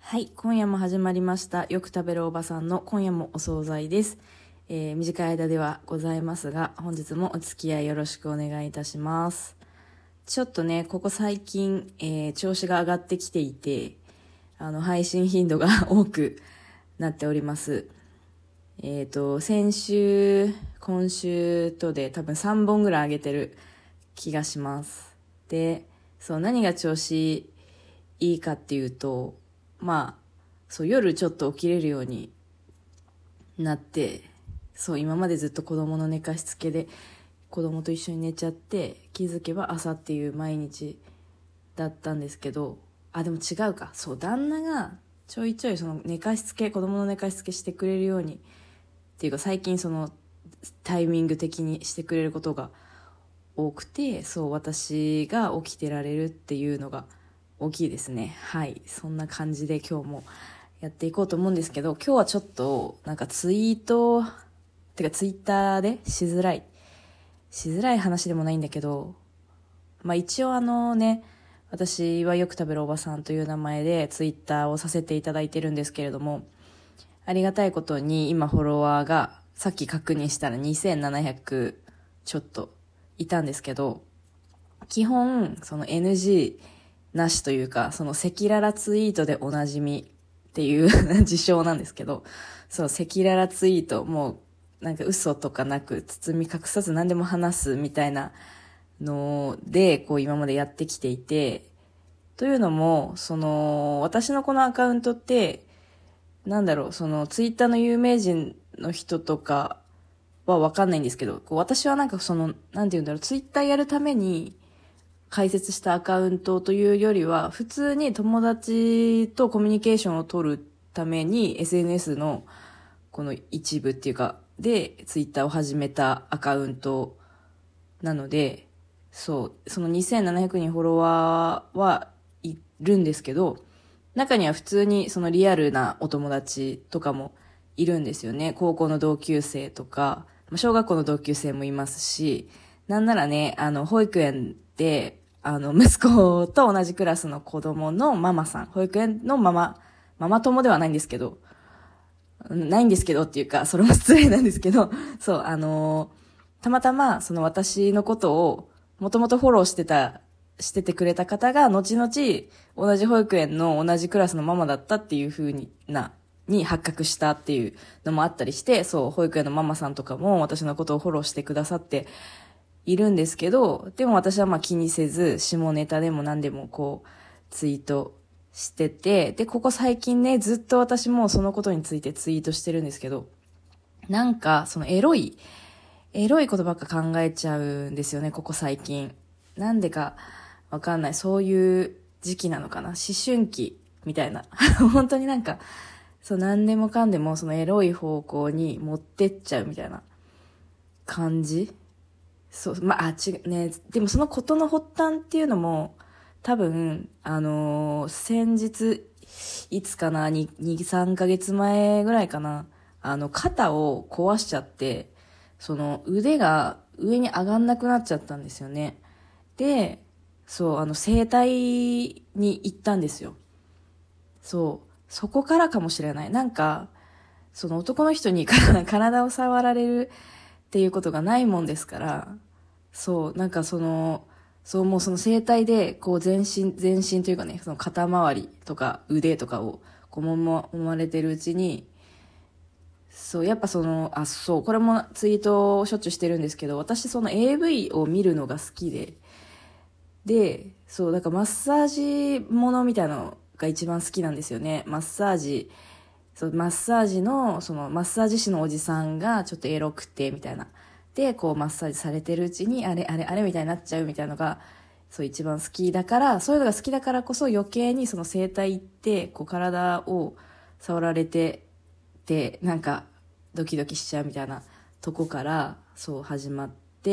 はい、今夜も始まりました。よく食べるおばさんの今夜もお惣菜です。短い間ではございますが、本日もお付き合いよろしくお願いいたします。ちょっとね、ここ最近、調子が上がってきていて、配信頻度が多くなっております。先週、今週とで多分3本ぐらい上げてる気がします。で、何が調子いいかっていうと、夜ちょっと起きれるようになって、今までずっと子供の寝かしつけで子供と一緒に寝ちゃって、気づけば朝っていう毎日だったんですけど、でも違うか。旦那がちょいちょい寝かしつけ、子供の寝かしつけしてくれるように、っていうか最近タイミング的にしてくれることが多くて、私が起きてられるっていうのが大きいですね。はい。そんな感じで今日もやっていこうと思うんですけど、今日はちょっとツイーターでしづらい話でもないんだけど、一応私はよく食べるおばさんという名前でツイッターをさせていただいてるんですけれども、ありがたいことに今フォロワーがさっき確認したら2700ちょっといたんですけど、基本NGなしというか、赤裸々ツイートでおなじみっていう自称なんですけど、赤裸々ツイート、もう嘘とかなく包み隠さず何でも話すみたいなので、今までやってきていて、というのも、私のこのアカウントって、ツイッターの有名人の人とかはわかんないんですけど、私はツイッターやるために、開設したアカウントというよりは、普通に友達とコミュニケーションを取るために SNS のこの一部っていうか、で、ツイッターを始めたアカウントなので、その2700人フォロワーはいるんですけど、中には普通にリアルなお友達とかもいるんですよね。高校の同級生とか、小学校の同級生もいますし、なんならね、保育園で、息子と同じクラスの子供のママさん、保育園のママ友ではないんですけどっていうか、それも失礼なんですけど、たまたま、私のことを、もともとフォローしててくれた方が、後々、同じ保育園の同じクラスのママだったっていう風に発覚したっていうのもあったりして、保育園のママさんとかも私のことをフォローしてくださっているんですけど、でも私は気にせず、下ネタでも何でもツイートしてて、で、ここ最近ね、ずっと私もそのことについてツイートしてるんですけど、エロいことばっか考えちゃうんですよね、ここ最近。なんでかわかんない。そういう時期なのかな。思春期みたいな。本当に何でもかんでもエロい方向に持ってっちゃうみたいな感じ。でもそのことの発端っていうのも、多分、先日、いつかな、2、3ヶ月前ぐらいかな、肩を壊しちゃって、腕が上に上がんなくなっちゃったんですよね。で、整体に行ったんですよ。そこからかもしれない。男の人に体を触られるっていうことがないもんですから、もう整体で、全身というかね、肩周りとか腕とかを、揉まれてるうちに、やっぱこれもツイートをしょっちゅうしてるんですけど、私AV を見るのが好きで、だからマッサージものみたいなのが一番好きなんですよね。マッサージの、マッサージ師のおじさんがちょっとエロくて、みたいな。で、マッサージされてるうちに、あれみたいになっちゃうみたいなのが、一番好きだから、そういうのが好きだからこそ余計に整体行って、体を触られて、で、ドキドキしちゃうみたいなとこから、始まって、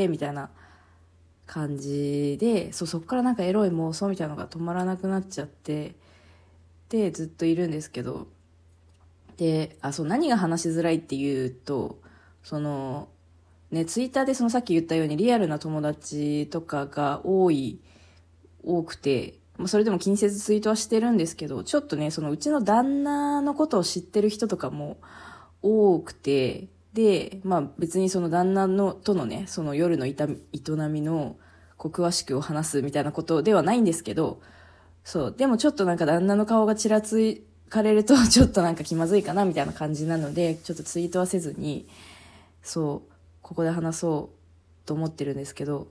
みたいな感じで、そっからエロい妄想みたいなのが止まらなくなっちゃって、で、ずっといるんですけど、で、何が話しづらいっていうと、ツイッターでさっき言ったようにリアルな友達とかが多くて、 それでも気にせずツイートはしてるんですけど、ちょっとね、そのうちの旦那のことを知ってる人とかも多くて、で、別にその旦那とのね、その夜の営みの、詳しくを話すみたいなことではないんですけど、そう、でもちょっとなんか旦那の顔がちらつかれると、ちょっとなんか気まずいかなみたいな感じなので、ちょっとツイートはせずに、そう、ここで話そうと思ってるんですけど、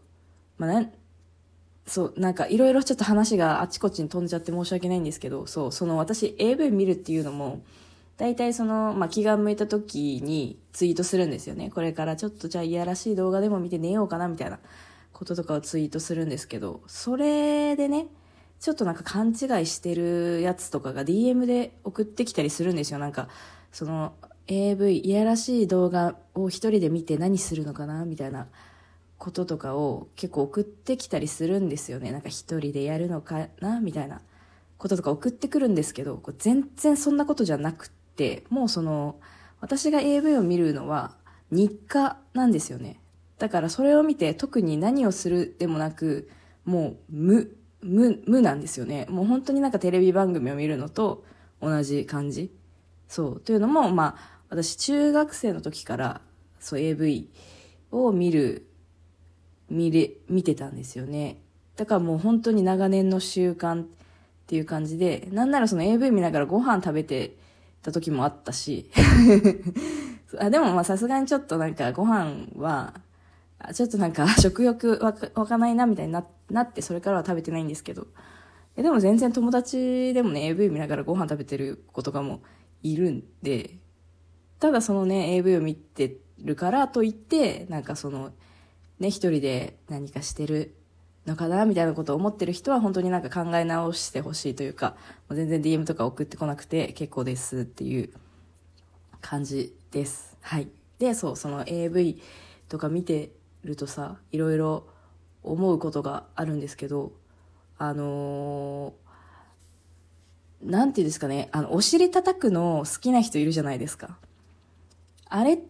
そう、なんかいろいろちょっと話があちこちに飛んじゃって申し訳ないんですけど、そう、その私 AV 見るっていうのも、大体その、気が向いた時にツイートするんですよね。これからちょっとじゃあいやらしい動画でも見て寝ようかなみたいなこととかをツイートするんですけど、それでね、ちょっとなんか勘違いしてるやつとかが DM で送ってきたりするんですよ。なんか、その AV、いやらしい動画を一人で見て何するのかなみたいなこととかを結構送ってきたりするんですよね。なんか一人でやるのかなみたいなこととか送ってくるんですけど、全然そんなことじゃなくって、もうその、私が AV を見るのは日課なんですよね。だからそれを見て特に何をするでもなく、もう無なんですよね。もう本当になんかテレビ番組を見るのと同じ感じ。そう。というのも、私中学生の時から、そう AV を見てたんですよね。だからもう本当に長年の習慣っていう感じで、なんならその AV 見ながらご飯食べてた時もあったし、でもさすがにちょっとなんかご飯は、ちょっとなんか食欲湧かないなみたいになって、それからは食べてないんですけど、でも全然友達でもね、AV 見ながらご飯食べてる子とかもいるんで、ただそのね、AV を見てるからといって、なんかその、ね、一人で何かしてるのかなみたいなことを思ってる人は本当になんか考え直してほしいというか、もう全然 DM とか送ってこなくて結構ですっていう感じです。はい。で、そう、その AV とか見てるとさ、いろいろ思うことがあるんですけど、なんていうんですかね、お尻叩くの好きな人いるじゃないですか。あれって、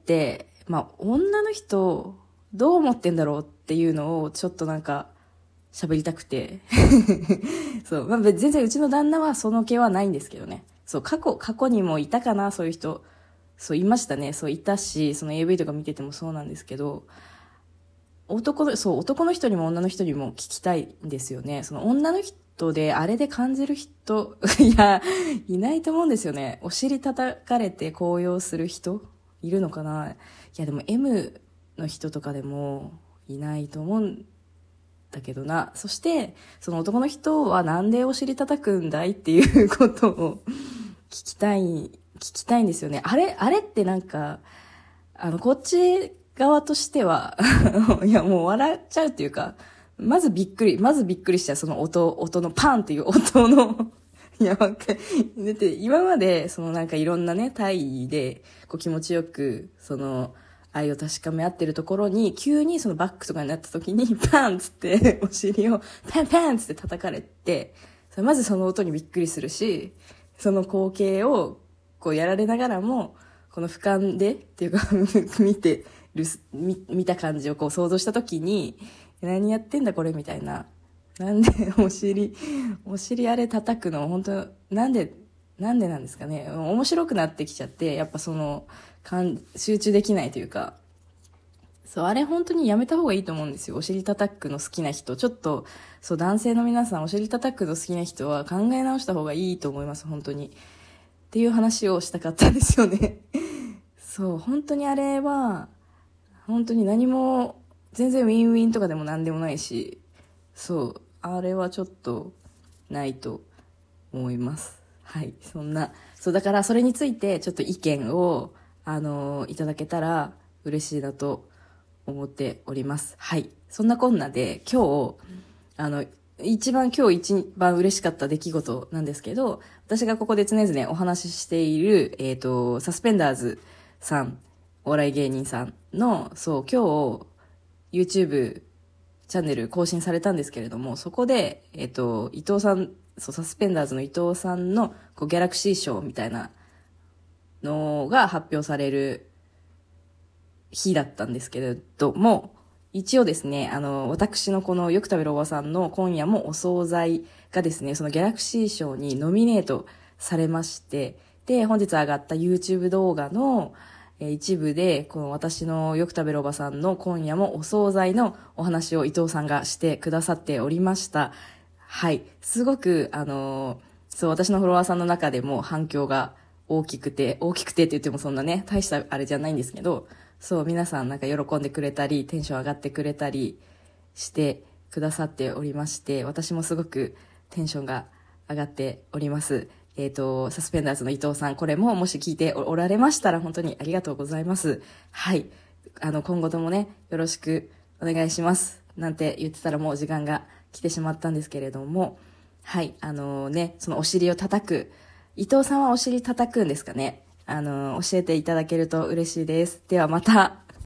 女の人、どう思ってんだろうっていうのを、ちょっとなんか、喋りたくて。そう、全然うちの旦那はその気はないんですけどね。そう、過去にもいたかな、そういう人。そう、いましたね。そう、いたし、その AV とか見ててもそうなんですけど、男の人にも女の人にも聞きたいんですよね。その女の人であれで感じる人、いや、いないと思うんですよね。お尻叩かれて高揚する人いるのかな。いや、でも M の人とかでもいないと思うんだけどな。そして、その男の人はなんでお尻叩くんだいっていうことを聞きたいんですよね。あれってなんか、こっち側としては、いや、もう笑っちゃうっていうか、まずびっくりした、その音のパンっていう音の、いや、だって今まで、そのなんかいろんなね、体位で、気持ちよく、その、愛を確かめ合ってるところに、急にそのバックとかになった時に、パンつって、お尻を、パンパンつって叩かれて、まずその音にびっくりするし、その光景を、やられながらも、この俯瞰で、っていうか見た感じを想像した時に、何やってんだこれみたいな。なんでお尻あれ叩くの本当なんでなんですかね。面白くなってきちゃって、やっぱその、集中できないというか、そう、あれ本当にやめた方がいいと思うんですよ。お尻叩くの好きな人。ちょっと、そう、男性の皆さん、お尻叩くの好きな人は考え直した方がいいと思います、本当に。っていう話をしたかったんですよね。そう、本当にあれは、本当に何も、全然ウィンウィンとかでも何でもないし、そう、あれはちょっと、ないと思います。はい、そんな、そうだからそれについてちょっと意見をいただけたら嬉しいなと思っております。はい、そんなこんなで今日一番嬉しかった出来事なんですけど、私がここで常々お話ししているサスペンダーズさん、お笑い芸人さんのそう今日 YouTube チャンネル更新されたんですけれども、そこで伊藤さん、そうサスペンダーズの伊藤さんのギャラクシー賞みたいなのが発表される日だったんですけれども、 一応ですね、私のこのよく食べるおばさんの今夜もお惣菜がですね、そのギャラクシー賞にノミネートされまして、で、本日上がった YouTube 動画の一部で、この私のよく食べるおばさんの今夜もお惣菜のお話を伊藤さんがしてくださっておりました。はい。すごく、そう、私のフォロワーさんの中でも反響が大きくてって言ってもそんなね、大したあれじゃないんですけど、そう、皆さんなんか喜んでくれたり、テンション上がってくれたりしてくださっておりまして、私もすごくテンションが上がっております。サスペンダーズの伊藤さん、これももし聞いておられましたら本当にありがとうございます。はい。今後ともね、よろしくお願いします。なんて言ってたらもう時間が来てしまったんですけれども、はい。そのお尻を叩く、伊藤さんはお尻叩くんですかね。教えていただけると嬉しいです。ではまた。